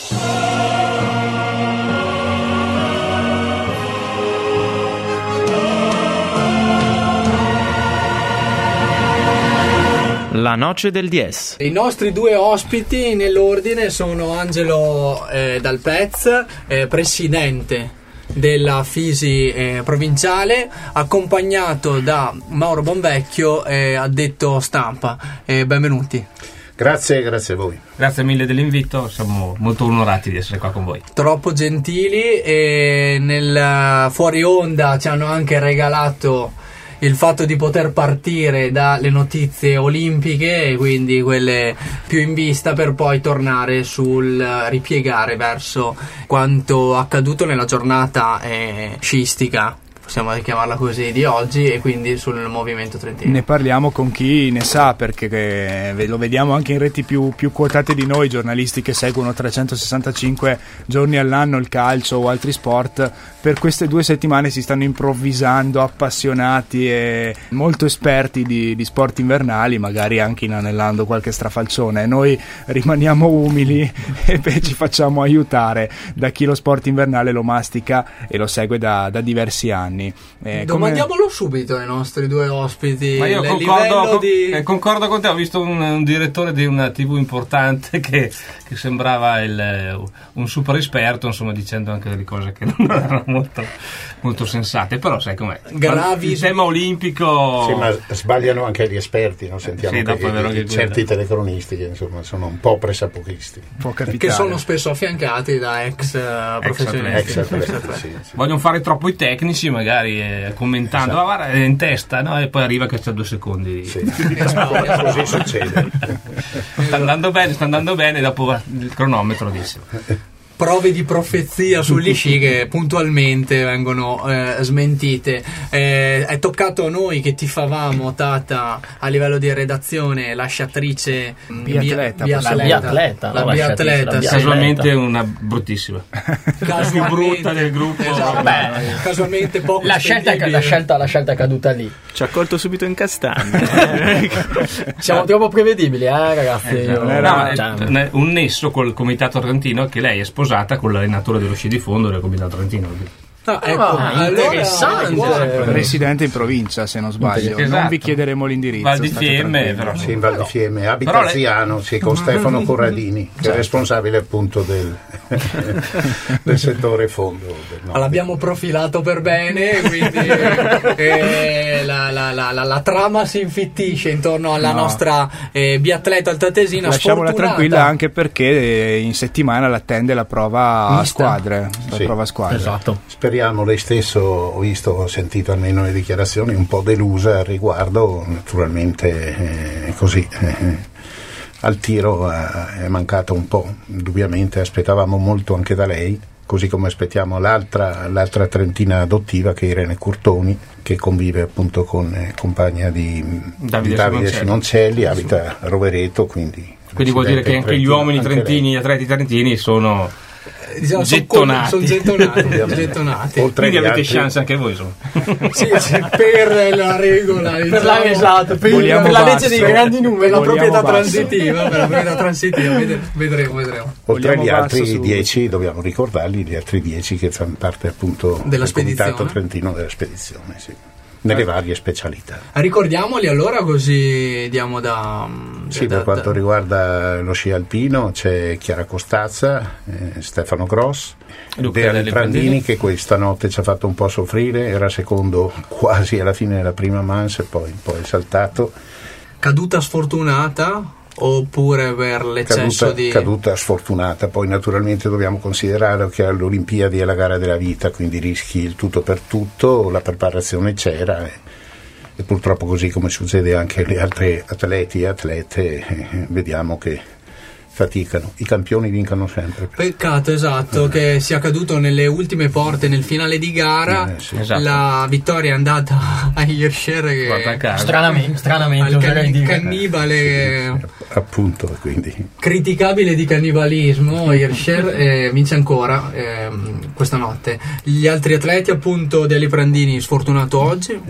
La noce del Dies. I nostri due ospiti nell'ordine sono Angelo Dal Pez, presidente della Fisi provinciale, accompagnato da Mauro Bonvecchio, addetto stampa. Benvenuti. Grazie a voi. Grazie mille dell'invito, siamo molto onorati di essere qua con voi. Troppo gentili, e nel fuori onda ci hanno anche regalato il fatto di poter partire dalle notizie olimpiche, quindi quelle più in vista, per poi tornare sul ripiegare verso quanto accaduto nella giornata sciistica, possiamo chiamarla così, di oggi, e quindi sul movimento trentino. Ne parliamo con chi ne sa, perché lo vediamo anche in reti più quotate di noi, giornalisti che seguono 365 giorni all'anno il calcio o altri sport. Per queste 2 settimane si stanno improvvisando appassionati e molto esperti di sport invernali, magari anche inanellando qualche strafalcione. Noi rimaniamo umili e ci facciamo aiutare da chi lo sport invernale lo mastica e lo segue da diversi anni. Domandiamolo subito ai nostri due ospiti. Ma io concordo con te. Ho visto un direttore di una TV importante che sembrava un super esperto, insomma, dicendo anche delle cose che non erano molto sensate, però sai com'è, gravi il tema olimpico. Sì, ma sbagliano anche gli esperti, no? Sentiamo sì, che certi telecronisti che insomma sono un po' pressapochisti, che sono spesso affiancati da ex professionisti. Sì. Vogliono fare troppo i tecnici, magari commentando, esatto. Guarda, è in testa, no? E poi arriva che c'è 2 secondi. Sì. Così succede. Sta andando bene, dopo il cronometro dice. Prove di profezia sugli sci che puntualmente vengono smentite. È toccato a noi che tifavamo Tata a livello di redazione, lasciatrice biatleta. Casualmente una bruttissima, la più brutta del gruppo. Esatto. Casualmente poco la scelta è caduta lì. Ci ha colto subito in castagna. Siamo troppo prevedibili, ragazzi. Un nesso col Comitato Trentino, che lei è sposata con l'allenatore dello sci di fondo del Comitato Trentino. Interessante. Presidente in provincia, se non sbaglio. Esatto. Non vi chiederemo l'indirizzo. Val di Fiemme, però. Sì, in Val di Fiemme, abita a Ziano, con Stefano Corradini, che è responsabile appunto del settore fondo del nord. L'abbiamo profilato per bene, quindi la trama si infittisce intorno alla nostra biatleta altoatesina. Lasciamola tranquilla, anche perché in settimana l'attende la prova a squadre. Esatto. Speriamo. Lei stesso, ho sentito almeno le dichiarazioni, un po' delusa al riguardo, naturalmente così. Al tiro è mancata un po', indubbiamente aspettavamo molto anche da lei, così come aspettiamo l'altra trentina adottiva, che è Irene Curtoni, che convive appunto con compagna di Davide Simoncelli, abita a Rovereto, quindi vuol dire che anche gli uomini trentini, gli atleti trentini sono gettonati. Quindi avete chance anche voi, insomma. sì, per la regola, per la legge dei grandi numeri, per la proprietà transitiva, vedremo. Oltre agli altri 10, dobbiamo ricordarli, gli altri 10 che fanno parte appunto del Comitato Trentino della spedizione, sì, nelle varie specialità. Ricordiamoli allora, così diamo per quanto riguarda lo sci alpino c'è Chiara Costazza, Stefano Gross, Luca Prandini, che questa notte ci ha fatto un po' soffrire, era secondo quasi alla fine della prima manche, poi è saltato. Caduta sfortunata oppure per l'eccesso caduta sfortunata? Poi naturalmente dobbiamo considerare che alle Olimpiadi è la gara della vita, quindi rischi il tutto per tutto, la preparazione c'era e purtroppo, così come succede anche alle altre atleti e atlete, vediamo che faticano. I campioni vincono sempre. Peccato, esatto, che sia caduto nelle ultime porte nel finale di gara. Esatto. La vittoria è andata a Hirscher, che stranamente al cannibale, appunto, quindi criticabile di cannibalismo. Hirscher vince ancora questa notte. Gli altri atleti, appunto, Deli Prandini sfortunato oggi,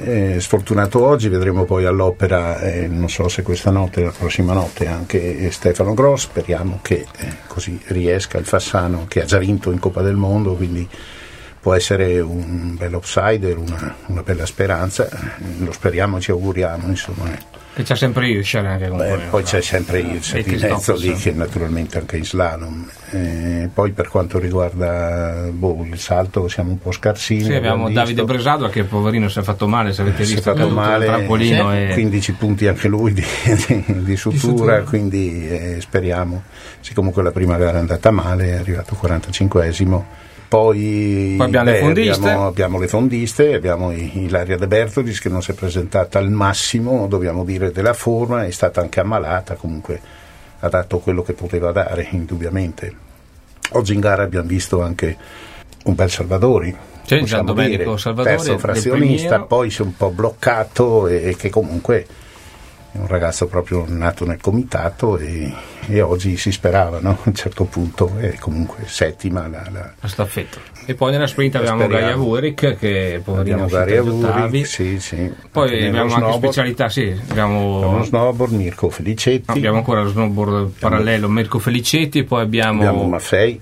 vedremo poi all'opera, non so se questa notte o la prossima notte, anche Stefano Gross, speriamo speriamo che così riesca il Fassano, che ha già vinto in Coppa del Mondo, quindi può essere un bel outsider, una bella speranza, lo speriamo, ci auguriamo, insomma. Che c'è sempre Hirscher anche poi c'è sempre Hirscher in mezzo lì, che naturalmente anche in slalom. Poi per quanto riguarda il salto siamo un po' scarsini. Sì, abbiamo Davide Bresadua che poverino si è fatto male, se avete visto, si è fatto male, trampolino, 15 punti anche lui di sutura, quindi speriamo, siccome quella prima gara è andata male, è arrivato 45esimo. Poi abbiamo le fondiste, abbiamo le fondiste, abbiamo Ilaria De Bertodis che non si è presentata al massimo, dobbiamo dire, della forma, è stata anche ammalata, comunque ha dato quello che poteva dare, indubbiamente. Oggi in gara abbiamo visto anche un bel Salvadori, Gian Domenico Salvadori, terzo frazionista, poi si è un po' bloccato e che comunque è un ragazzo proprio nato nel comitato e oggi si sperava, no? A un certo punto è comunque settima la staffetta. E poi nella sprint abbiamo Gaia Vurik che poverino Gaia Vurik, sì. Poi abbiamo anche specialità, abbiamo uno snowboard, Mirko Felicetti, abbiamo ancora lo snowboard parallelo, Mirko Felicetti, poi abbiamo Maffei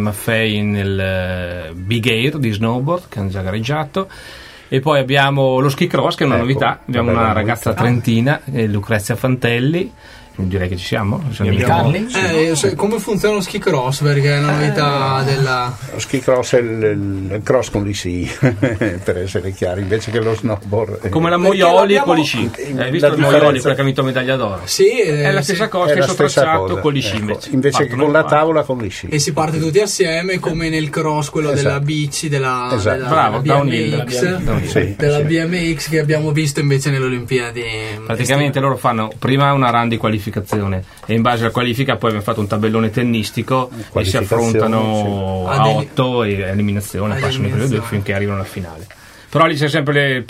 nel Big Air di snowboard che hanno già gareggiato. E poi abbiamo lo ski cross, che è una novità, abbiamo una ragazza trentina, Lucrezia Fantelli, direi che ci siamo. Come funziona lo ski cross? Perché è una novità della... Lo ski cross è il cross con gli sci, per essere chiari, invece che lo snowboard. Come la Moioli con gli sci. Hai visto il Moioli, quella che ha vinto medaglia d'oro? Sì, è la stessa cosa, che è soppracciato con gli sci, invece che con la tavola con gli sci. E si parte tutti assieme, come nel cross, quello della bici, della BMX, della BMX che abbiamo visto invece nelle Olimpiadi. Praticamente loro fanno prima una run di qualificazione e in base alla qualifica poi abbiamo fatto un tabellone tennistico e si affrontano a 8 e eliminazione, passano i primi due finché arrivano alla finale. Però lì c'è sempre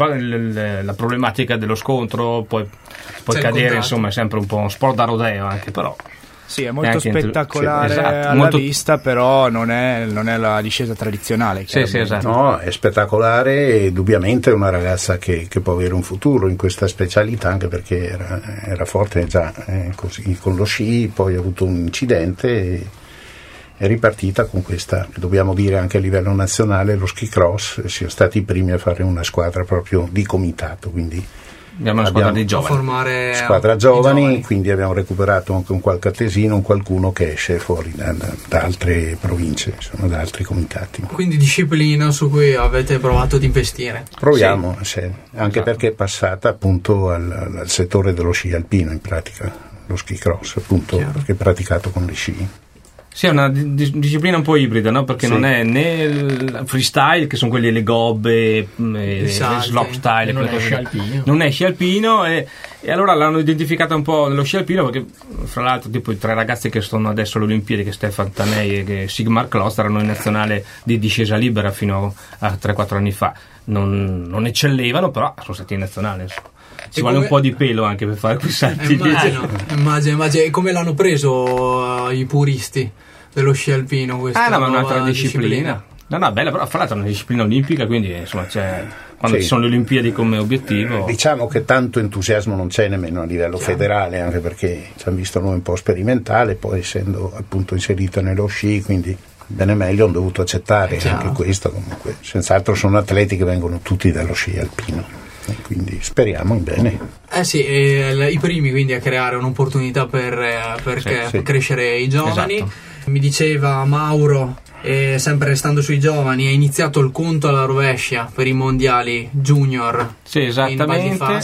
la problematica dello scontro, puoi cadere, insomma è sempre un po' un sport da rodeo anche, però sì, è molto spettacolare alla vista, però non è la discesa tradizionale. Sì, esatto. No, è spettacolare e indubbiamente è una ragazza che può avere un futuro in questa specialità, anche perché era forte già così con lo sci, poi ha avuto un incidente e è ripartita con questa, dobbiamo dire anche a livello nazionale, lo ski cross, siamo stati i primi a fare una squadra proprio di comitato, quindi abbiamo una squadra di giovani, squadra giovani, quindi abbiamo recuperato anche un qualche attesino, qualcuno che esce fuori da altre province, insomma, da altri comitati. Quindi disciplina su cui avete provato ad investire? Proviamo, anche perché è passata appunto al settore dello sci alpino, in pratica lo ski cross, appunto, che è praticato con le sci. Sì, è una disciplina un po' ibrida, no? Perché non è né il freestyle, che sono quelli le gobbe, slopestyle, non è sci alpino e allora l'hanno identificata un po' nello sci alpino, perché fra l'altro tipo i 3 ragazzi che sono adesso alle Olimpiadi, che Stefan Tanei e Sigmar Klost, erano in nazionale di discesa libera fino a 3-4 anni fa, non eccellevano, però sono stati in nazionale, ci vuole un po' di pelo anche per fare quei salti. Immagino. E come l'hanno preso i puristi dello sci alpino? Ma è un'altra disciplina. No, bella, però fra l'altro è una disciplina olimpica, quindi insomma quando ci sono le Olimpiadi come obiettivo. Diciamo che tanto entusiasmo non c'è nemmeno a livello federale, anche perché ci hanno visto noi un po' sperimentale, poi essendo appunto inserita nello sci, quindi bene meglio, hanno dovuto accettare anche questo. Comunque senz'altro sono atleti che vengono tutti dallo sci alpino. E quindi speriamo in bene. I primi quindi a creare un'opportunità per crescere i giovani. Esatto. Mi diceva Mauro, sempre restando sui giovani, ha iniziato il conto alla rovescia per i mondiali junior. Sì, esattamente.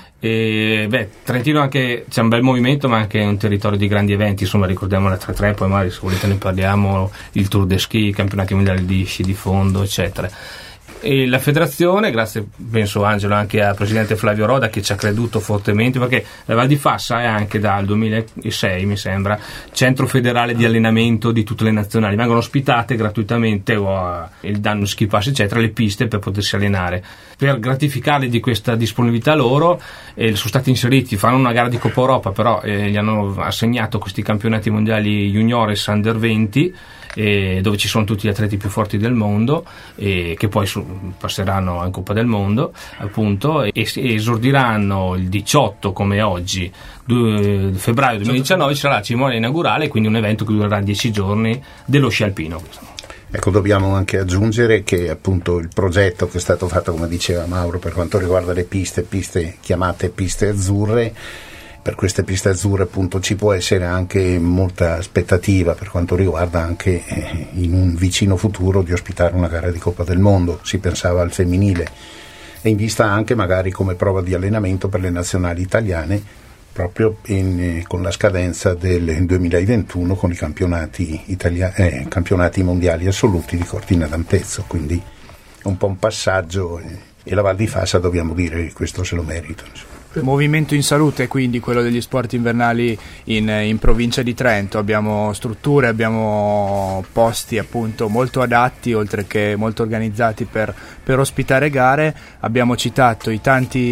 E Trentino anche c'è un bel movimento, ma anche un territorio di grandi eventi, insomma ricordiamo la 3-3, poi magari se volete ne parliamo, il Tour de Ski, i campionati mondiali di sci di fondo, eccetera. E la federazione, grazie penso Angelo anche al presidente Flavio Roda, che ci ha creduto fortemente, perché la Val di Fassa è anche dal 2006 mi sembra centro federale di allenamento di tutte le nazionali, vengono ospitate gratuitamente o il danno ski pass eccetera le piste per potersi allenare. Per gratificarli di questa disponibilità loro sono stati inseriti, fanno una gara di Coppa Europa, però gli hanno assegnato questi campionati mondiali juniores under 20 dove ci sono tutti gli atleti più forti del mondo, che poi passeranno in Coppa del Mondo appunto, e esordiranno il 18 come oggi, febbraio 2019, sarà la cerimonia inaugurale, quindi un evento che durerà 10 giorni dello sci alpino. Ecco, dobbiamo anche aggiungere che appunto il progetto che è stato fatto, come diceva Mauro, per quanto riguarda le piste chiamate piste azzurre, per queste piste azzurre appunto ci può essere anche molta aspettativa per quanto riguarda anche in un vicino futuro di ospitare una gara di Coppa del Mondo. Si pensava al femminile e in vista anche magari come prova di allenamento per le nazionali italiane, proprio con la scadenza del 2021 con i campionati mondiali assoluti di Cortina d'Ampezzo, quindi è un po' un passaggio e la Val di Fassa, dobbiamo dire che questo se lo merita, insomma. Movimento in salute, quindi quello degli sport invernali in provincia di Trento. Abbiamo strutture, abbiamo posti appunto molto adatti, oltre che molto organizzati per ospitare gare. Abbiamo citato i tanti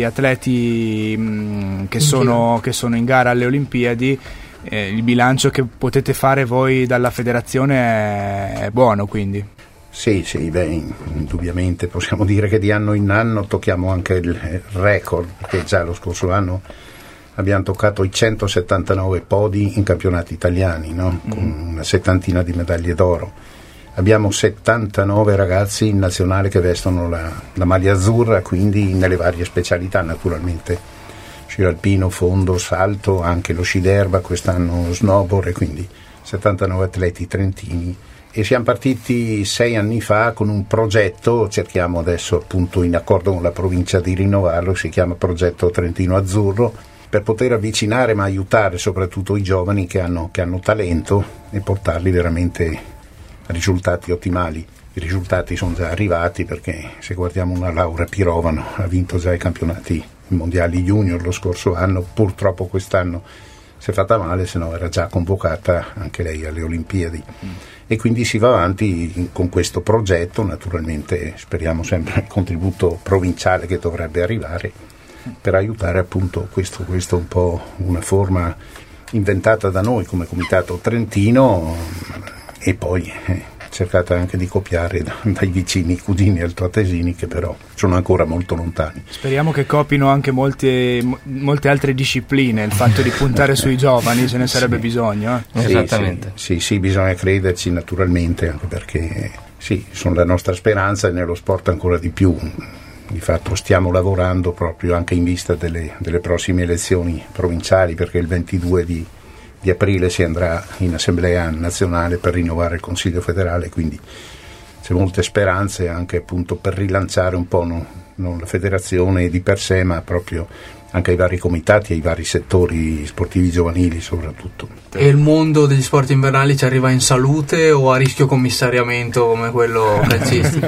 atleti che sono in gara alle Olimpiadi. Il bilancio che potete fare voi dalla federazione è buono, quindi. Sì, indubbiamente possiamo dire che di anno in anno tocchiamo anche il record, perché già lo scorso anno abbiamo toccato i 179 podi in campionati italiani, no? Con una settantina di medaglie d'oro. Abbiamo 79 ragazzi in nazionale che vestono la maglia azzurra, quindi nelle varie specialità naturalmente, sci alpino, fondo, salto, anche lo sci d'erba, quest'anno snowboard, e quindi 79 atleti trentini. E siamo partiti 6 anni fa con un progetto, cerchiamo adesso appunto in accordo con la provincia di rinnovarlo, si chiama Progetto Trentino Azzurro, per poter avvicinare ma aiutare soprattutto i giovani che hanno talento e portarli veramente a risultati ottimali. I risultati sono già arrivati, perché se guardiamo una Laura Pirovano ha vinto già i campionati mondiali junior lo scorso anno, purtroppo quest'anno si è fatta male, se no era già convocata anche lei alle Olimpiadi. E quindi si va avanti con questo progetto, naturalmente speriamo sempre il contributo provinciale che dovrebbe arrivare per aiutare appunto questo è un po' una forma inventata da noi come Comitato Trentino, e poi cercate anche di copiare dai vicini, cugini altoatesini, che però sono ancora molto lontani. Speriamo che copino anche molte altre discipline, il fatto di puntare sui giovani, ce ne sarebbe bisogno. Esattamente. Sì, bisogna crederci naturalmente, anche perché sono la nostra speranza, e nello sport ancora di più. Di fatto stiamo lavorando proprio anche in vista delle prossime elezioni provinciali, perché il 22 di aprile si andrà in assemblea nazionale per rinnovare il Consiglio federale, quindi c'è molte speranze anche appunto per rilanciare un po' non la federazione di per sé, ma proprio anche ai vari comitati e ai vari settori sportivi giovanili soprattutto. E il mondo degli sport invernali ci arriva in salute o a rischio commissariamento come quello calcistico?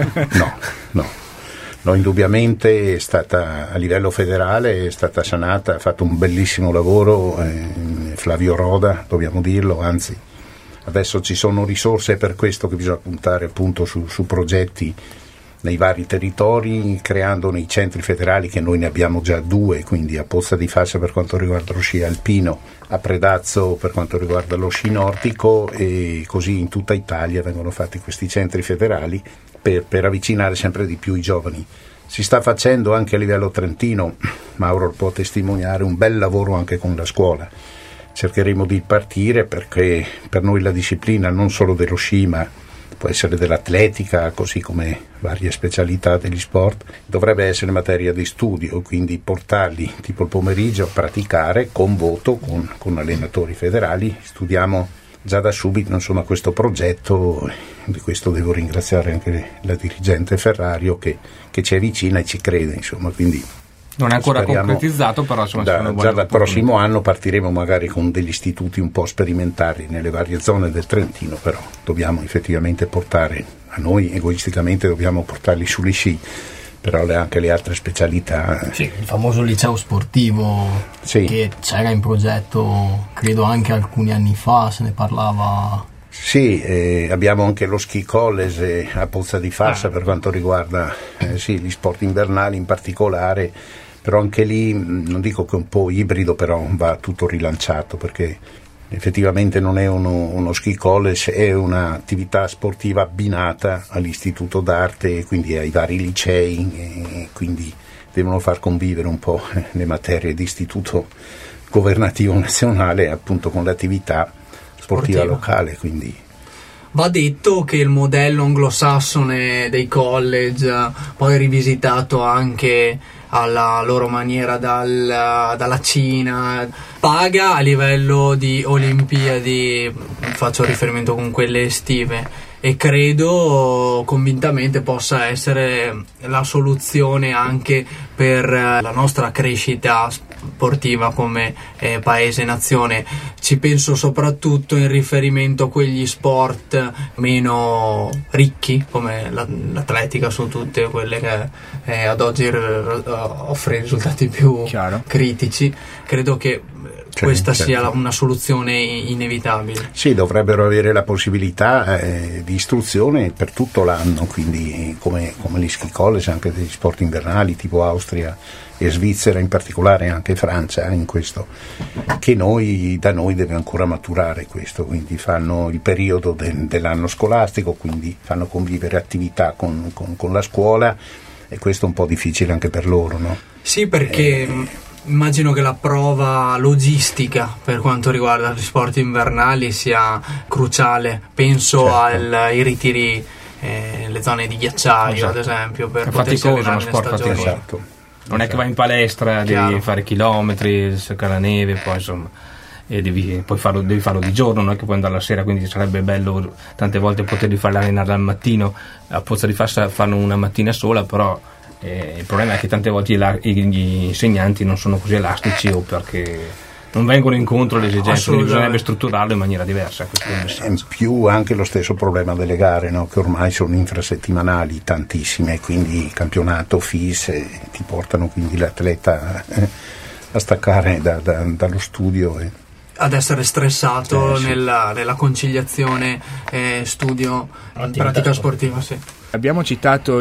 No, indubbiamente è stata a livello federale, è stata sanata, ha fatto un bellissimo lavoro Flavio Roda, dobbiamo dirlo, anzi adesso ci sono risorse per questo, che bisogna puntare appunto su progetti nei vari territori, creando nei centri federali, che noi ne abbiamo già 2, quindi a Pozza di Fassa per quanto riguarda lo sci alpino, a Predazzo per quanto riguarda lo sci nordico, e così in tutta Italia vengono fatti questi centri federali per avvicinare sempre di più i giovani. Si sta facendo anche a livello trentino, Mauro può testimoniare, un bel lavoro anche con la scuola. Cercheremo di partire, perché per noi la disciplina non solo dello sci, ma può essere dell'atletica, così come varie specialità degli sport, dovrebbe essere materia di studio, quindi portarli tipo il pomeriggio a praticare con voto, con allenatori federali. Studiamo già da subito insomma questo progetto, di questo devo ringraziare anche la dirigente Ferrario che ci avvicina e ci crede, insomma, quindi non è ancora concretizzato, però insomma già dal prossimo anno partiremo magari con degli istituti un po' sperimentali nelle varie zone del Trentino, però dobbiamo effettivamente portare, a noi egoisticamente dobbiamo portarli sugli sci, però anche le altre specialità. Sì, il famoso liceo sportivo che c'era in progetto, credo anche alcuni anni fa, se ne parlava. Sì, abbiamo anche lo ski college a Pozza di Fassa per quanto riguarda gli sport invernali in particolare, però anche lì non dico che è un po' ibrido, però va tutto rilanciato, perché effettivamente non è uno ski college, è un'attività sportiva abbinata all'istituto d'arte e quindi ai vari licei, e quindi devono far convivere un po' le materie di istituto governativo nazionale appunto con l'attività sportiva locale. Quindi va detto che il modello anglosassone dei college, poi rivisitato anche alla loro maniera dalla Cina, paga a livello di Olimpiadi, faccio riferimento con quelle estive, e credo convintamente possa essere la soluzione anche per la nostra crescita sportiva come paese nazione. Ci penso soprattutto in riferimento a quegli sport meno ricchi come l'atletica, su tutte quelle che ad oggi offre risultati più critici. Credo che questa sia una soluzione inevitabile. Sì, dovrebbero avere la possibilità di istruzione per tutto l'anno, quindi come gli ski college, anche degli sport invernali tipo Austria e Svizzera, in particolare anche Francia, in questo, che da noi deve ancora maturare questo, quindi fanno il periodo dell'anno scolastico, quindi fanno convivere attività con la scuola, e questo è un po' difficile anche per loro, no? Sì, perché immagino che la prova logistica per quanto riguarda gli sport invernali sia cruciale. Penso ai ritiri le zone di ghiacciaio, ad esempio, per potersi allenare in stagione. Esatto. Non è che vai in palestra, devi fare chilometri, cercare la neve, poi insomma, e devi farlo di giorno, non è che puoi andare la sera, quindi sarebbe bello tante volte poterli fare allenare al mattino, a Pozza di Fassa fanno una mattina sola, però il problema è che tante volte gli insegnanti non sono così elastici, o perché non vengono incontro alle esigenze, quindi bisognerebbe strutturarlo in maniera diversa. In più anche lo stesso problema delle gare, no? Che ormai sono infrasettimanali tantissime, quindi il campionato FIS ti portano quindi l'atleta a staccare dallo studio ad essere stressato nella conciliazione studio pratica sportiva. Sì. Abbiamo citato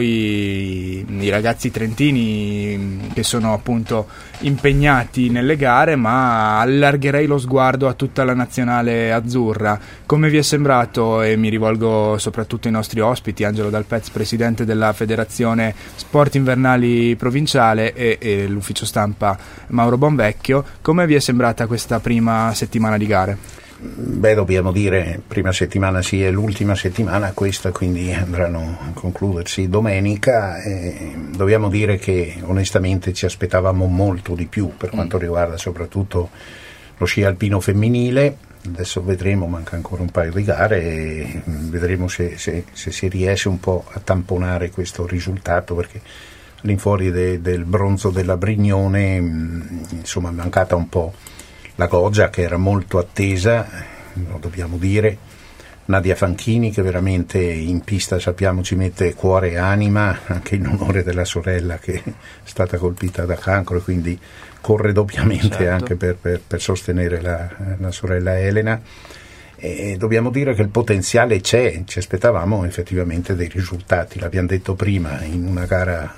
i ragazzi trentini che sono appunto impegnati nelle gare, ma allargherei lo sguardo a tutta la nazionale azzurra. Come vi è sembrato, e mi rivolgo soprattutto ai nostri ospiti, Angelo Dalpez, presidente della Federazione Sport Invernali Provinciale, e l'ufficio stampa Mauro Bonvecchio, come vi è sembrata questa prima settimana di gare? Beh, dobbiamo dire, prima settimana sì, e l'ultima settimana questa, quindi andranno a concludersi domenica. Dobbiamo dire che onestamente ci aspettavamo molto di più per quanto riguarda soprattutto lo sci alpino femminile. Adesso vedremo, manca ancora un paio di gare e vedremo se si riesce un po' a tamponare questo risultato, perché all'infuori del bronzo della Brignone insomma è mancata un po' la Goggia, che era molto attesa, lo dobbiamo dire, Nadia Fanchini, che veramente in pista sappiamo ci mette cuore e anima, anche in onore della sorella che è stata colpita da cancro, quindi corre doppiamente anche per sostenere la sorella Elena. E dobbiamo dire che il potenziale c'è, ci aspettavamo effettivamente dei risultati, l'abbiamo detto prima, in una gara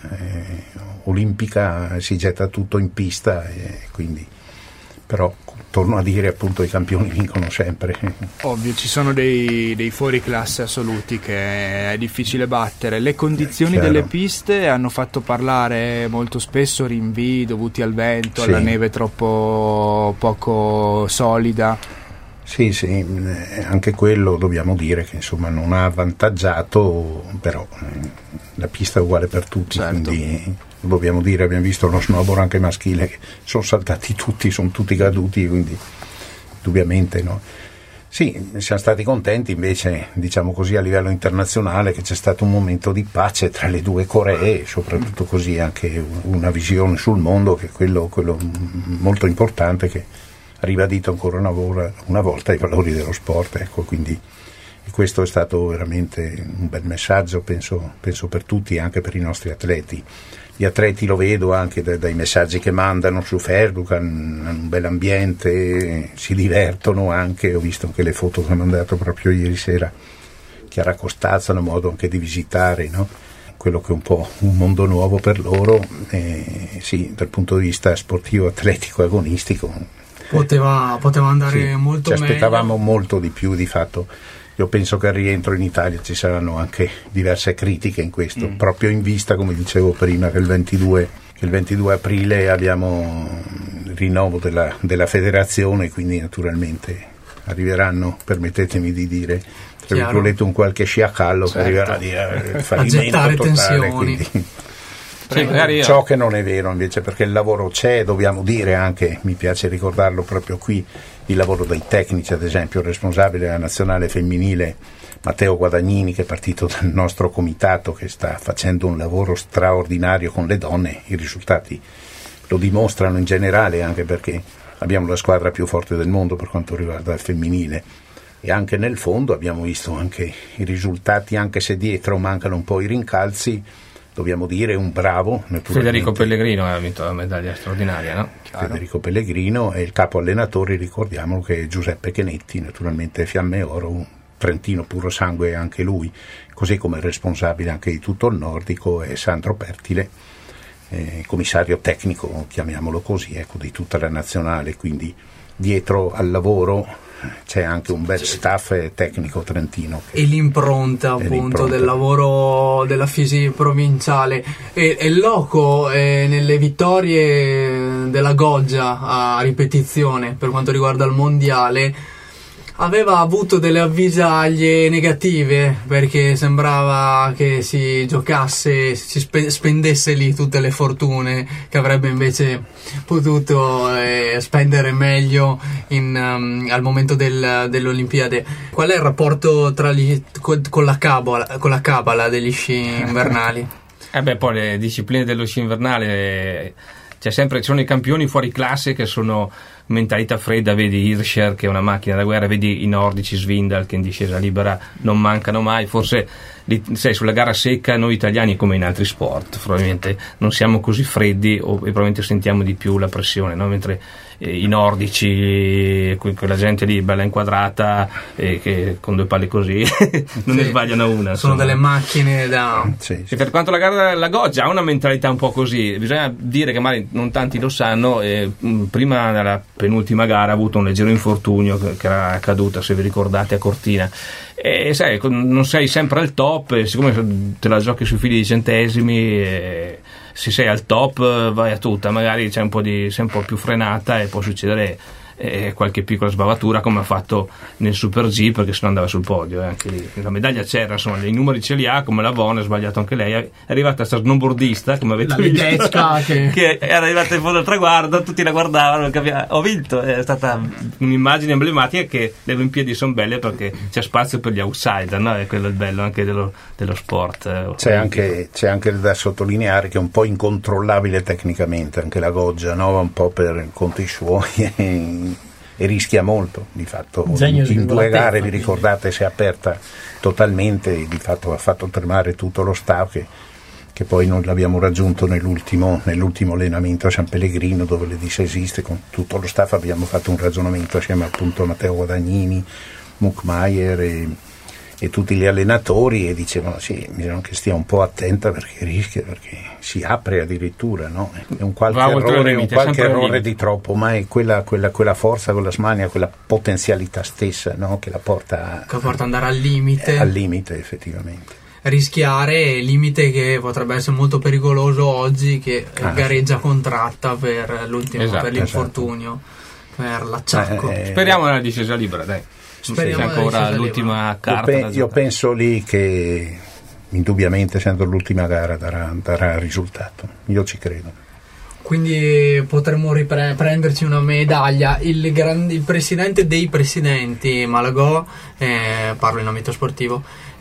olimpica si getta tutto in pista, quindi però torno a dire, appunto, i campioni vincono sempre. Ovvio, ci sono dei fuoriclasse assoluti che è difficile battere. Le condizioni delle piste hanno fatto parlare molto spesso rinvii dovuti al vento, alla neve troppo poco solida. Sì, anche quello dobbiamo dire che insomma non ha avvantaggiato, però la pista è uguale per tutti, quindi dobbiamo dire, abbiamo visto uno snowboard anche maschile che sono saltati tutti, sono tutti caduti, quindi indubbiamente no. Sì, siamo stati contenti invece, diciamo così, a livello internazionale, che c'è stato un momento di pace tra le due Coree, soprattutto così anche una visione sul mondo, che è quello molto importante, che ha ribadito ancora una volta i valori dello sport, ecco, quindi questo è stato veramente un bel messaggio, penso per tutti, anche per i nostri atleti. Gli atleti lo vedo anche dai messaggi che mandano su Facebook, hanno un bel ambiente, si divertono anche, ho visto anche le foto che ha mandato proprio ieri sera Chiara Costazza, hanno modo anche di visitare, no? Quello che è un po' un mondo nuovo per loro, sì, dal punto di vista sportivo, atletico e agonistico poteva andare molto meglio. Ci aspettavamo molto di più, di fatto. Io penso che al rientro in Italia ci saranno anche diverse critiche in questo, proprio in vista, come dicevo prima, che il 22 aprile abbiamo il rinnovo della federazione, quindi naturalmente arriveranno, permettetemi di dire, tra virgolette, un qualche sciacallo che arriverà a dire il fallimento totale, tensioni. Ciò che non è vero invece, perché il lavoro c'è, dobbiamo dire anche, mi piace ricordarlo proprio qui, il lavoro dei tecnici, ad esempio il responsabile della nazionale femminile Matteo Guadagnini, che è partito dal nostro comitato, che sta facendo un lavoro straordinario con le donne. I risultati lo dimostrano in generale, anche perché abbiamo la squadra più forte del mondo per quanto riguarda il femminile, e anche nel fondo abbiamo visto anche i risultati, anche se dietro mancano un po' i rincalzi. Dobbiamo dire un bravo, Federico Pellegrino ha vinto la medaglia straordinaria, no? Federico Pellegrino, e il capo allenatore, ricordiamolo, che è Giuseppe Chenetti, naturalmente Fiamme Oro, un trentino puro sangue anche lui, così come il responsabile anche di tutto il nordico è Sandro Pertile, commissario tecnico, chiamiamolo così, ecco, di tutta la nazionale. Quindi dietro al lavoro c'è anche un bel staff tecnico trentino e l'impronta appunto del lavoro della Fisi provinciale, e il loco nelle vittorie della Goggia a ripetizione per quanto riguarda il mondiale aveva avuto delle avvisaglie negative, perché sembrava che si giocasse, si spendesse lì tutte le fortune che avrebbe invece potuto spendere meglio al momento dell'Olimpiade. Qual è il rapporto con la cabala degli sci invernali? Poi le discipline dello sci invernale ci sono i campioni fuori classe che sono mentalità fredda, vedi Hirscher che è una macchina da guerra, vedi i nordici, Svindal che in discesa libera non mancano mai. Forse sulla gara secca noi italiani, come in altri sport, probabilmente non siamo così freddi e probabilmente sentiamo di più la pressione, no? Mentre i nordici, quella gente lì bella inquadrata, che con due palle così non ne sbagliano una. Sono delle macchine da... Sì. E per quanto la gara della Goggia ha una mentalità un po' così, bisogna dire che magari non tanti lo sanno, prima nella penultima gara ha avuto un leggero infortunio che era caduta, se vi ricordate, a Cortina, e sai, non sei sempre al top, e siccome te la giochi sui fili di centesimi, se sei al top vai a tutta, magari sei un po' più frenata e può succedere qualche piccola sbavatura, come ha fatto nel Super G, perché se no andava sul podio, anche lì la medaglia c'era, insomma i numeri ce li ha, come la Von, ha sbagliato anche lei, è arrivata sta snowboardista, come avete visto, che era arrivata in fondo al traguardo, tutti la guardavano, ho vinto, è stata un'immagine emblematica, che le Olimpiadi sono belle perché c'è spazio per gli outsider, no? E quello è il bello anche dello sport. C'è anche da sottolineare che è un po' incontrollabile tecnicamente anche la Goggia, no? Un po' per conti suoi e rischia molto, di fatto in 2 gare, vi ricordate, si è aperta totalmente e di fatto ha fatto tremare tutto lo staff, che poi non l'abbiamo raggiunto nell'ultimo allenamento a San Pellegrino, dove le esiste, con tutto lo staff abbiamo fatto un ragionamento assieme appunto a Matteo Guadagnini, Muckmeier e tutti gli allenatori, e dicevano sì, bisogna che stia un po' attenta perché rischia, perché si apre addirittura, no? È un qualche errore di troppo, ma è quella forza, quella smania, quella potenzialità stessa, no? Che la porta ad andare al limite. Al limite, effettivamente. Rischiare, limite che potrebbe essere molto pericoloso oggi, che gareggia contratta per l'infortunio, per l'acciacco. Speriamo nella discesa libera, dai. C'è ancora l'ultima carta. Io penso lì che indubbiamente, essendo l'ultima gara, darà risultato. Io ci credo. Quindi potremmo prenderci una medaglia. Il presidente dei presidenti, Malagò, parlo in ambito sportivo,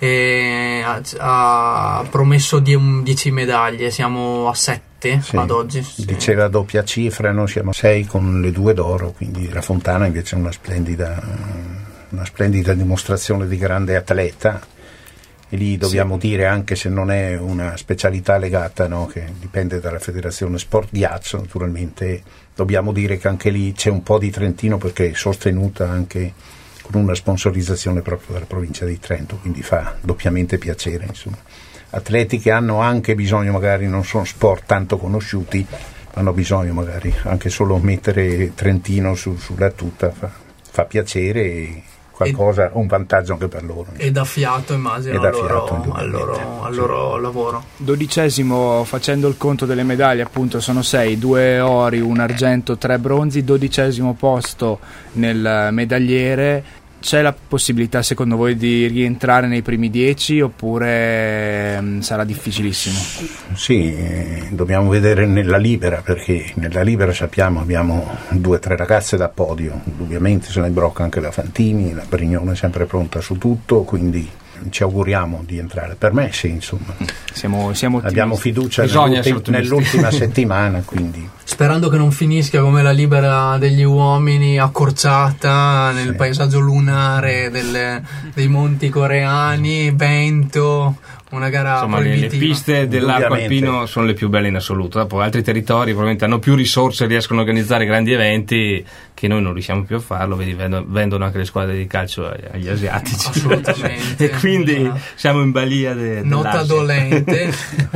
ha promesso 10 medaglie. Siamo a 7 ad oggi. Sì. Diceva doppia cifra, noi siamo 6 con le 2 d'oro, quindi la Fontana invece è una splendida dimostrazione di grande atleta, e lì dobbiamo dire, anche se non è una specialità legata, no, che dipende dalla Federazione Sport Ghiaccio, naturalmente dobbiamo dire che anche lì c'è un po' di Trentino, perché è sostenuta anche con una sponsorizzazione proprio dalla provincia di Trento, quindi fa doppiamente piacere, insomma. Atleti che hanno anche bisogno, magari non sono sport tanto conosciuti, hanno bisogno magari anche solo mettere Trentino sulla tuta fa piacere e qualcosa, un vantaggio anche per loro. E dà fiato, immagino, al loro lavoro. 12° facendo il conto delle medaglie, appunto sono 6, 2 ori, 1 argento, 3 bronzi, 12° posto nel medagliere. C'è la possibilità secondo voi di rientrare nei primi 10 oppure sarà difficilissimo? Sì, dobbiamo vedere nella libera, perché nella libera sappiamo abbiamo 2 o 3 ragazze da podio, indubbiamente se ne brocca anche la Fantini, la Brignone è sempre pronta su tutto, quindi ci auguriamo di entrare. Per me sì, insomma, siamo abbiamo fiducia nell'ultima settimana, quindi sperando che non finisca come la libera degli uomini, accorciata nel paesaggio lunare dei monti coreani, vento, una gara insomma, proibitiva. Le piste dell'arco alpino sono le più belle in assoluto. Dopo altri territori probabilmente hanno più risorse e riescono a organizzare grandi eventi che noi non riusciamo più a farlo. Vedi, vendono anche le squadre di calcio agli asiatici. Assolutamente. E quindi siamo in balia nota dolente.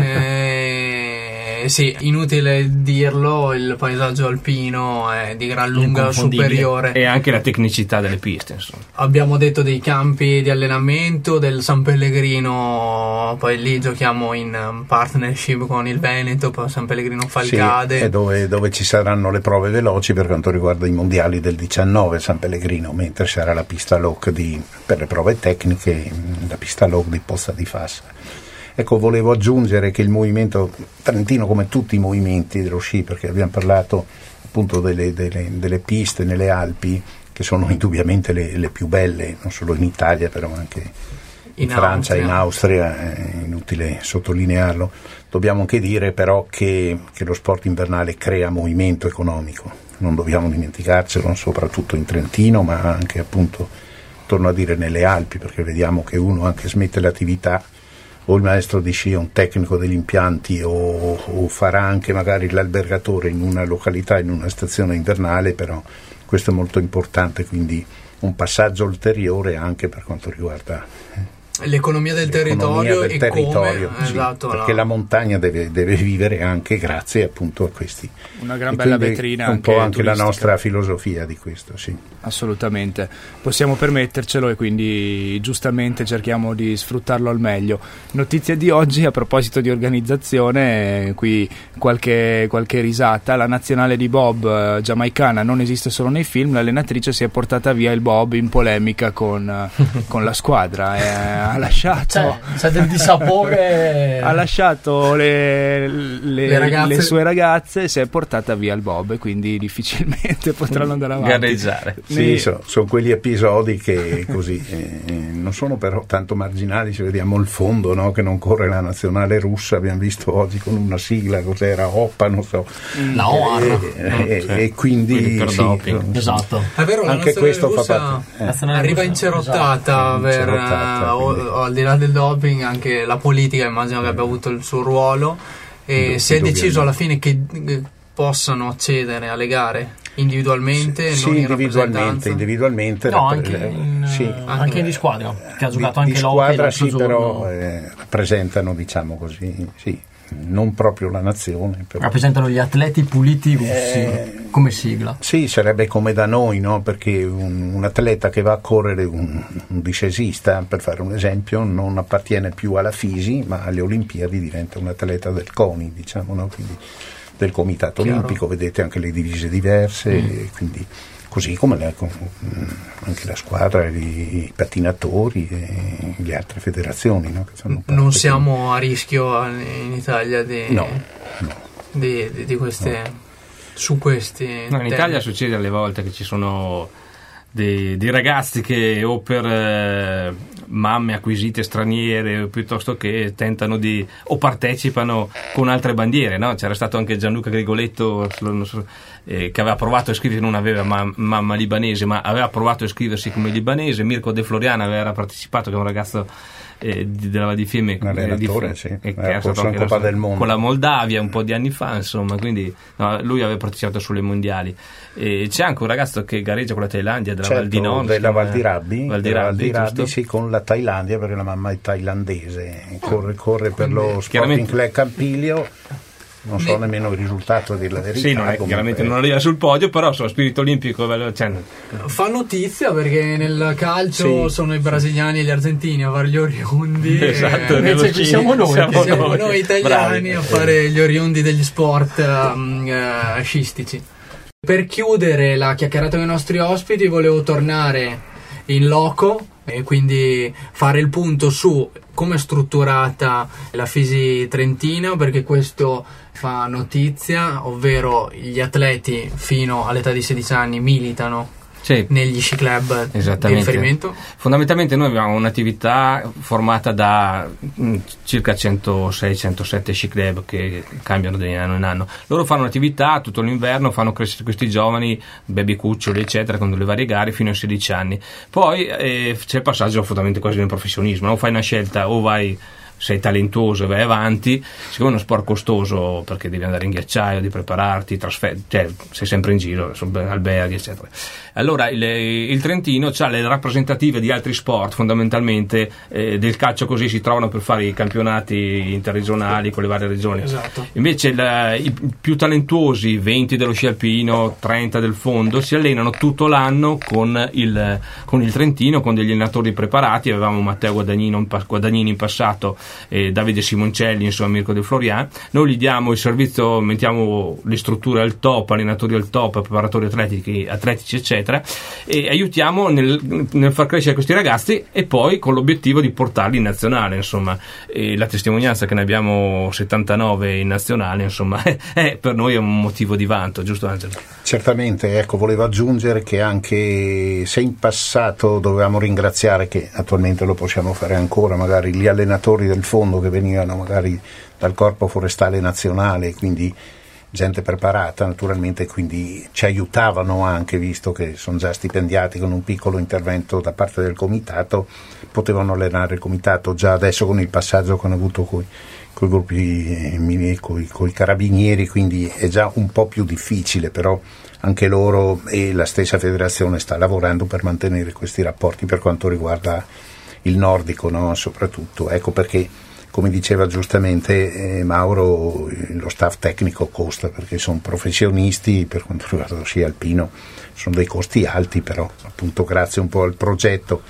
Sì, inutile dirlo, il paesaggio alpino è di gran lunga superiore. E anche la tecnicità delle piste, insomma. Abbiamo detto dei campi di allenamento del San Pellegrino, poi lì giochiamo in partnership con il Veneto, poi San Pellegrino Falcade. Sì, e dove ci saranno le prove veloci per quanto riguarda i mondiali del 19 San Pellegrino, mentre sarà la pista loc per le prove tecniche, la pista loc di Pozza di Fassa. Ecco, volevo aggiungere che il movimento trentino, come tutti i movimenti dello sci, perché abbiamo parlato appunto delle piste nelle Alpi, che sono indubbiamente le più belle, non solo in Italia, però anche in Francia, in Austria, è inutile sottolinearlo. Dobbiamo anche dire però che lo sport invernale crea movimento economico, non dobbiamo dimenticarcelo, soprattutto in Trentino, ma anche appunto, torno a dire, nelle Alpi, perché vediamo che uno anche smette l'attività, o il maestro di sci è un tecnico degli impianti o farà anche magari l'albergatore in una località, in una stazione invernale, però questo è molto importante, quindi un passaggio ulteriore anche per quanto riguarda l'economia del territorio e come, sì, esatto, perché la montagna deve vivere anche grazie appunto a questi. Una gran bella vetrina, un po' anche la nostra filosofia di questo, sì. Assolutamente, possiamo permettercelo e quindi giustamente cerchiamo di sfruttarlo al meglio. Notizia di oggi a proposito di organizzazione, qui qualche risata. La nazionale di bob giamaicana non esiste solo nei film, l'allenatrice si è portata via il bob in polemica con la squadra, ha lasciato c'è del dissapore, ha lasciato le sue ragazze e si è portata via il bob e quindi difficilmente potranno andare avanti, gareggiare. Sì, sono quegli episodi che così non sono però tanto marginali, se vediamo il fondo, no? Che non corre la nazionale russa, abbiamo visto oggi con una sigla, cos'era, OPA, non so, la OAR, e quindi per doping. Esatto, è vero, la anche questo russa arriva incerottata, al di là del doping anche la politica immagino che abbia avuto il suo ruolo e si è deciso alla fine che possano accedere alle gare individualmente, sì, non individualmente no, anche di squadra, che ha giocato anche di squadra, sì, però rappresentano, diciamo così, sì, non proprio la nazione, però rappresentano gli atleti puliti russi come sigla. Sì, sarebbe come da noi, no? Perché un atleta che va a correre, un discesista, per fare un esempio, non appartiene più alla FISI, ma alle Olimpiadi diventa un atleta del CONI, diciamo, no? Quindi del Comitato Olimpico, vedete anche le divise diverse, quindi così come anche la squadra, i pattinatori e le altre federazioni, no? Non siamo a rischio in Italia di queste, su questi in Italia succede alle volte che ci sono dei ragazzi che o per mamme acquisite straniere piuttosto che tentano o partecipano con altre bandiere, no? C'era stato anche Gianluca Grigoletto che aveva provato a iscriversi, non aveva mamma libanese ma aveva provato a iscriversi come libanese. Mirko De Floriana aveva partecipato, che è un ragazzo della Val di Fiemme, un allenatore, che era stato anche Coppa del Mondo con la Moldavia un po' di anni fa, insomma, quindi lui aveva partecipato sulle mondiali. E c'è anche un ragazzo che gareggia con la Thailandia della Val di Non, della Val di Rabbi, sì, con la Thailandia, perché la mamma è thailandese, corre per lo Sporting Club Campiglio non so nemmeno il risultato della verità. Sì, chiaramente non arriva sul podio, però sono spirito olimpico. Fa notizia perché nel calcio sono i brasiliani e gli argentini a fare gli oriundi. Esatto, invece qui siamo noi italiani. Bravi. A fare gli oriundi degli sport sciistici. Per chiudere la chiacchierata con i nostri ospiti volevo tornare in loco e quindi fare il punto su come è strutturata la Fisi Trentina, perché questo fa notizia, ovvero gli atleti fino all'età di 16 anni militano negli sci club di riferimento. Fondamentalmente noi abbiamo un'attività formata da circa 106-107 sci club che cambiano di anno in anno. Loro fanno un'attività tutto l'inverno, fanno crescere questi giovani, baby cuccioli eccetera, con le varie gare fino ai 16 anni. Poi c'è il passaggio fondamentalmente quasi nel professionismo, no? Fai una scelta, o sei talentuoso e vai avanti, siccome è uno sport costoso perché devi andare in ghiacciaio, devi prepararti, sei sempre in giro, alberghi eccetera. Allora il Trentino ha le rappresentative di altri sport, fondamentalmente del calcio così si trovano per fare i campionati interregionali con le varie regioni. Esatto. Invece i più talentuosi, 20 dello sci alpino, 30 del fondo, si allenano tutto l'anno con il Trentino, con degli allenatori preparati. Avevamo Matteo Guadagnini in passato, Davide Simoncelli, insomma Mirko De Florian. Noi gli diamo il servizio, mettiamo le strutture al top, allenatori al top, preparatori atletici eccetera, e aiutiamo nel far crescere questi ragazzi, e poi con l'obiettivo di portarli in nazionale, insomma. E la testimonianza che ne abbiamo 79 in nazionale, insomma, è per noi un motivo di vanto, giusto Angelo? Certamente, ecco, volevo aggiungere che anche se in passato dovevamo ringraziare, che attualmente lo possiamo fare ancora, magari gli allenatori del fondo che venivano magari dal Corpo Forestale Nazionale, quindi gente preparata naturalmente, quindi ci aiutavano anche, visto che sono già stipendiati, con un piccolo intervento da parte del comitato potevano allenare il comitato. Già adesso con il passaggio che hanno avuto coi gruppi, coi carabinieri, quindi è già un po' più difficile, però anche loro e la stessa federazione sta lavorando per mantenere questi rapporti per quanto riguarda il nordico, no? Soprattutto, ecco perché, come diceva giustamente Mauro, lo staff tecnico costa, perché sono professionisti. Per quanto riguarda lo sci alpino sono dei costi alti, però appunto grazie un po' al progetto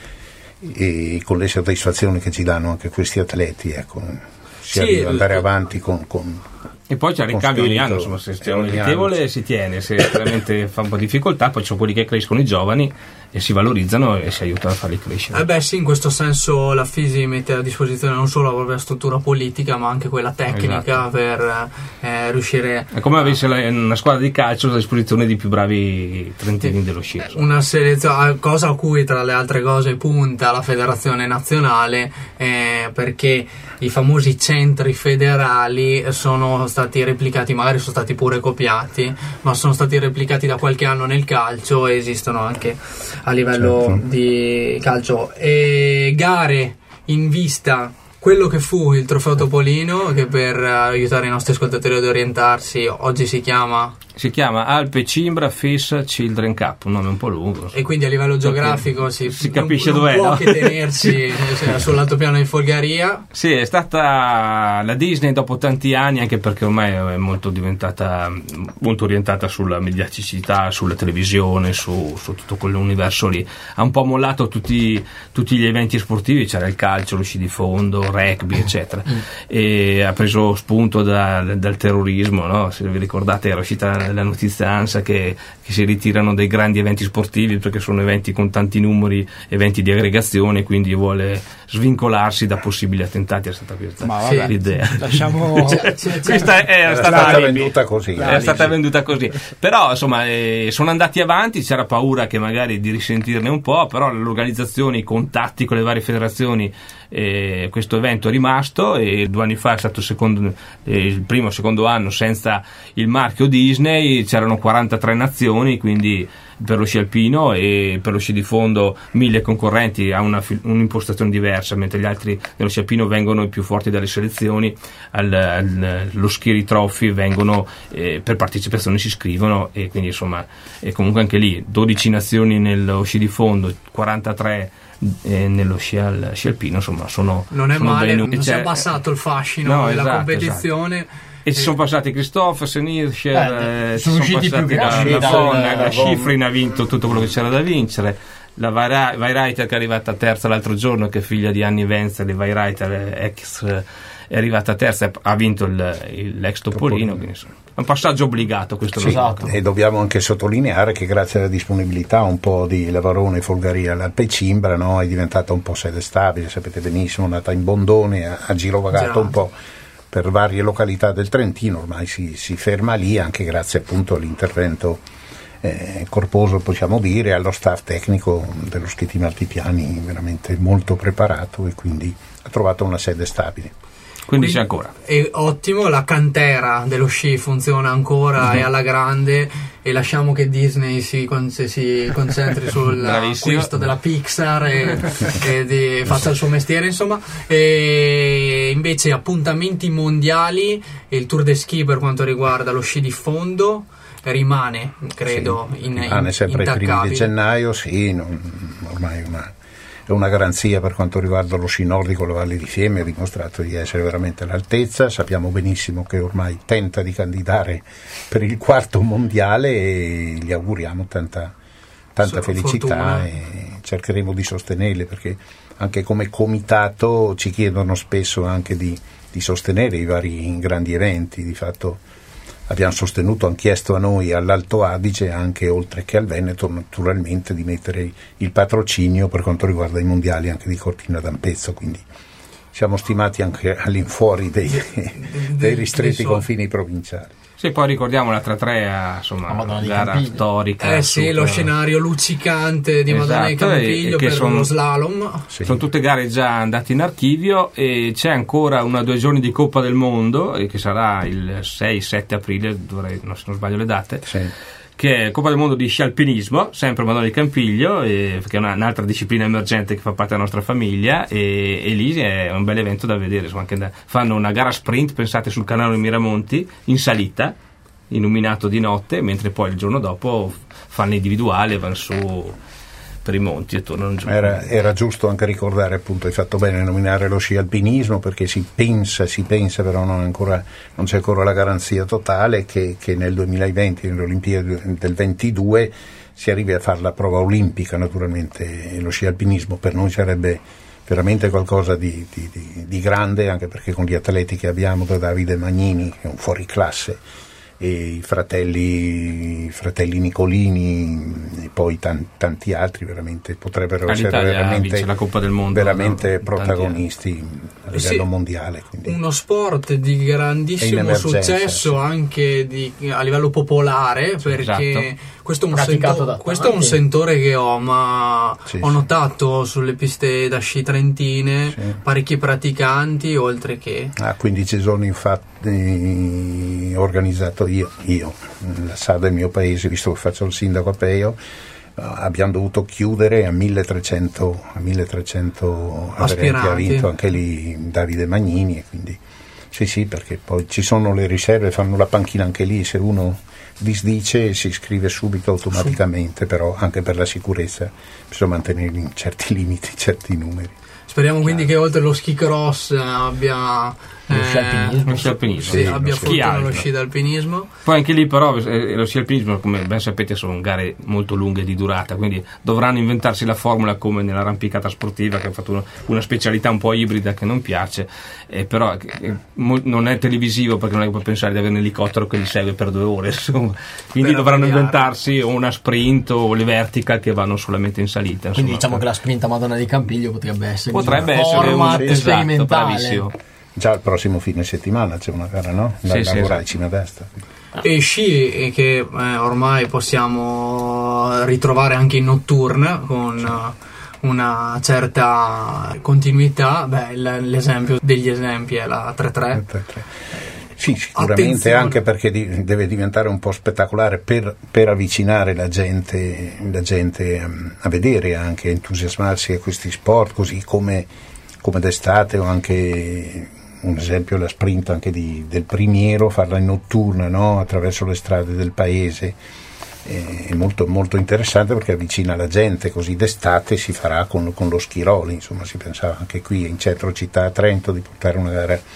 e con le soddisfazioni che ci danno anche questi atleti, ecco, arriva ad andare avanti con e poi c'è il ricambio ogni anno, insomma, se c'è un amichevole si tiene, se veramente fa un po' di difficoltà poi ci sono quelli che crescono, i giovani, e si valorizzano e si aiutano a farli crescere. Sì, in questo senso la Fisi mette a disposizione non solo la propria struttura politica ma anche quella tecnica, esatto, per riuscire è come avesse una squadra di calcio a disposizione di più bravi trentini dello sci, una selezione, cosa a cui tra le altre cose punta la federazione nazionale, perché i famosi centri federali sono stati replicati, magari sono stati pure copiati, ma sono stati replicati da qualche anno nel calcio e esistono anche a livello, certo, di calcio. E gare in vista quello che fu il Trofeo Topolino, che per aiutare i nostri ascoltatori ad orientarsi oggi si chiama Alpe Cimbra FIS Children Cup, un nome un po' lungo. E quindi a livello geografico si capisce non dov'è, può no? che tenersi sull'altopiano di Folgaria. Sì, è stata la Disney dopo tanti anni, anche perché ormai è molto orientata sulla mediaticità, sulla televisione, su tutto quell'universo lì. Ha un po' mollato tutti gli eventi sportivi, c'era il calcio, lo sci di fondo, rugby eccetera, e ha preso spunto dal terrorismo, no? Se vi ricordate era uscita la notizia ANSA che si ritirano dei grandi eventi sportivi perché sono eventi con tanti numeri, eventi di aggregazione, quindi vuole svincolarsi da possibili attentati. È stata questa l'idea. Lasciamo questa è stata venduta così. È stata venduta così, però insomma sono andati avanti, c'era paura che magari di risentirne un po', però l'organizzazione, i contatti con le varie federazioni, questo evento è rimasto, e 2 anni fa è stato il primo e secondo anno senza il marchio Disney, c'erano 43 nazioni, quindi per lo sci alpino, e per lo sci di fondo 1000 concorrenti, ha un'impostazione diversa, mentre gli altri dello sci alpino vengono i più forti dalle selezioni, lo Skiri Trophy vengono per partecipazione, si iscrivono, e quindi insomma e comunque anche lì 12 nazioni nello sci di fondo, 43 nello sci alpino, insomma non è male, non si è abbassato il fascino della competizione. Esatto. E ci sono passati Christophersen, Hirscher, sono usciti più grandi, la Schifrin ha vinto tutto quello che c'era da vincere, la Weirreiter che è arrivata terza l'altro giorno, che è figlia di Anni Wenzel, e Weirreiter è arrivata terza, ha vinto l'ex Topolino, quindi insomma è un passaggio obbligato questo. Esatto. E dobbiamo anche sottolineare che grazie alla disponibilità un po' di Lavarone e Folgaria, l'Alpe Cimbra, no, è diventata un po' sede stabile, sapete benissimo, è nata in Bondone, ha girovagato un po' per varie località del Trentino, ormai si ferma lì, anche grazie appunto all'intervento corposo, possiamo dire, allo staff tecnico dello Ski Team Altipiani veramente molto preparato, e quindi ha trovato una sede stabile. Quindi c'è ancora. È ottimo, la cantera dello sci funziona ancora, è alla grande, e lasciamo che Disney si concentri sull'acquisto della Pixar e faccia il suo mestiere, insomma. E invece appuntamenti mondiali, il Tour de Ski per quanto riguarda lo sci di fondo rimane, credo, rimane sempre ai primi di gennaio, ormai è una garanzia per quanto riguarda lo sci nordico. La Valle di Fiemme ha dimostrato di essere veramente all'altezza, sappiamo benissimo che ormai tenta di candidare per il 4º mondiale, e gli auguriamo tanta felicità fortuna. E cercheremo di sostenerli, perché anche come comitato ci chiedono spesso anche di sostenere i vari grandi eventi. Di fatto abbiamo sostenuto, hanno chiesto a noi all'Alto Adige, anche oltre che al Veneto naturalmente, di mettere il patrocinio per quanto riguarda i mondiali anche di Cortina d'Ampezzo, quindi siamo stimati anche all'infuori dei ristretti confini provinciali. Sì, poi ricordiamo la 3-3, insomma, gara storica. Sì, lo scenario luccicante di Madonna di Campiglio per lo slalom. Sì. Sono tutte gare già andate in archivio, e c'è ancora 1 o 2 giorni di Coppa del Mondo, che sarà il 6-7 aprile, se non sbaglio le date. Sì. Che è Coppa del Mondo di sci alpinismo, sempre Madonna di Campiglio, che è un'altra disciplina emergente che fa parte della nostra famiglia, e lì è un bel evento da vedere. Insomma, fanno una gara sprint, pensate, sul canale dei Miramonti, in salita, illuminato di notte, mentre poi il giorno dopo fanno individuale, vanno su per i monti e tornano giù. Era giusto anche ricordare, appunto, hai fatto bene a nominare lo sci alpinismo, perché si pensa, però non c'è ancora la garanzia totale che nel 2020, nelle Olimpiadi del 22, si arrivi a fare la prova olimpica. Naturalmente lo sci alpinismo per noi sarebbe veramente qualcosa di grande, anche perché con gli atleti che abbiamo, da Davide Magnini, che è un fuoriclasse, e i fratelli Nicolini, e poi tanti altri, veramente potrebbero essere veramente la Coppa del Mondo, veramente protagonisti a livello mondiale. Quindi uno sport di grandissimo successo anche a livello popolare, perché questo è un sentore che ho, ma ho notato sulle piste da sci trentine parecchi praticanti, oltre che 15 giorni infatti organizzato io la SAD del mio paese, visto che faccio il sindaco a Peio, abbiamo dovuto chiudere a 1300 aspiranti. Ha vinto anche lì Davide Magnini, e quindi sì, perché poi ci sono le riserve, fanno la panchina anche lì, se uno disdice si iscrive subito automaticamente, però anche per la sicurezza bisogna mantenere in certi limiti, certi numeri. Speriamo quindi che oltre lo ski cross abbia lo sci alpinismo, abbia fortuna lo sci d'alpinismo. Poi anche lì però lo sci alpinismo, come ben sapete, sono gare molto lunghe di durata, quindi dovranno inventarsi la formula come nell'arrampicata sportiva, che ha fatto una specialità un po' ibrida che non piace, però non è televisivo, perché non è che puoi pensare di avere un elicottero che li segue per 2 ore, insomma. Quindi dovranno inventarsi o una sprint o le vertical che vanno solamente in salita, insomma. Quindi diciamo che la sprint a Madonna di Campiglio potrebbe essere un format sperimentale. Bravissimo. Già il prossimo fine settimana c'è una gara, no? Da cima a destra. E sci che ormai possiamo ritrovare anche in nocturne con una certa continuità. L'esempio degli esempi è la 3-3. Sì, sicuramente. Attenzione. Anche perché deve diventare un po' spettacolare per avvicinare la gente a vedere, anche a entusiasmarsi a questi sport, così come d'estate, o anche un esempio la sprint anche del Primiero, farla in notturna, no? Attraverso le strade del paese, è molto, molto interessante, perché avvicina la gente, così d'estate si farà con lo Schiroli, insomma. Si pensava anche qui in centro città a Trento di portare una gara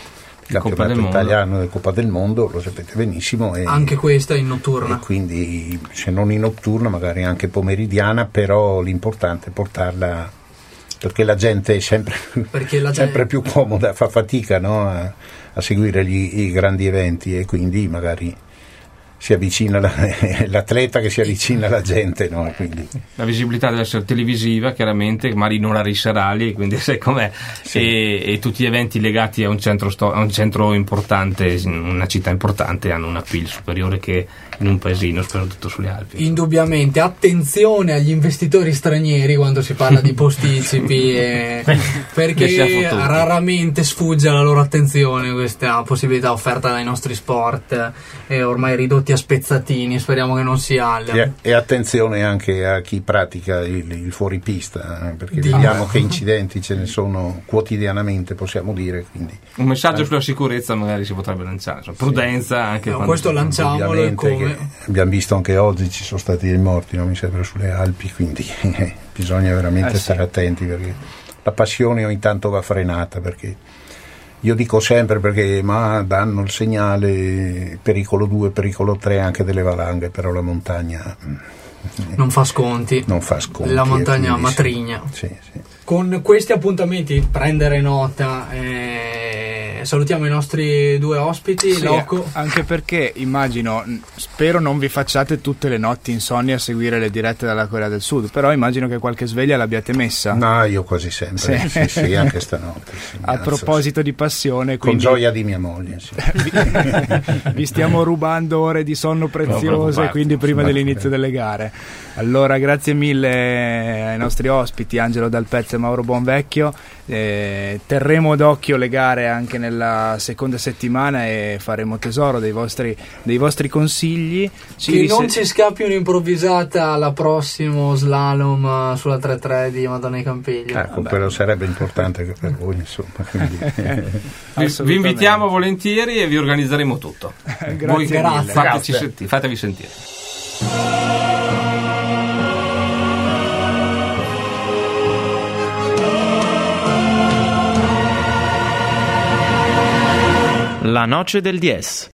campionato italiano e Coppa del Mondo, lo sapete benissimo. E anche questa in notturna. E quindi, se non in notturna, magari anche pomeridiana, però l'importante è portarla, perché la gente è sempre più comoda, fa fatica, no, a seguire i grandi eventi, e quindi magari si avvicina l'atleta che si avvicina alla gente, no? Quindi la visibilità deve essere televisiva, chiaramente, magari in orari serali, quindi sai com'è, sì. E tutti gli eventi legati a un centro importante, in una città importante, hanno un appeal superiore che in un paesino, soprattutto sulle Alpi. Indubbiamente, attenzione agli investitori stranieri quando si parla di posticipi, perché raramente sfugge alla loro attenzione questa possibilità offerta dai nostri sport, ormai ridotti a spezzatini. Speriamo che non si alla. E attenzione anche a chi pratica il fuoripista, perché vediamo che incidenti ce ne sono quotidianamente, possiamo dire. Quindi un messaggio sulla sicurezza magari si potrebbe lanciare, prudenza anche. Questo lanciamolo, e come abbiamo visto anche oggi ci sono stati dei morti, no? Mi sembra, sulle Alpi, quindi bisogna veramente stare attenti, perché la passione ogni tanto va frenata, perché io dico sempre, perché danno il segnale pericolo 2, pericolo 3 anche delle valanghe, però la montagna non fa sconti, la montagna matrigna. Sì. Con questi appuntamenti prendere nota, salutiamo i nostri due ospiti, Loco. Anche perché immagino, spero non vi facciate tutte le notti insonni a seguire le dirette dalla Corea del Sud, però immagino che qualche sveglia l'abbiate messa. No, io quasi sempre, sì, anche stanotte. A proposito di passione, quindi, con gioia di mia moglie, sì. vi stiamo rubando ore di sonno preziose, quindi prima dell'inizio delle gare. Allora, grazie mille ai nostri ospiti, Angelo Dal Pezzo e Mauro Buonvecchio. Terremo d'occhio le gare anche nella seconda settimana e faremo tesoro dei vostri consigli. Non ci scappi un'improvvisata alla prossimo slalom sulla 3-3 di Madonna di Campiglio. Quello sarebbe importante anche per voi, insomma. Quindi, vi invitiamo volentieri e vi organizzeremo tutto. Grazie. Fatevi sentire. La noce del 10.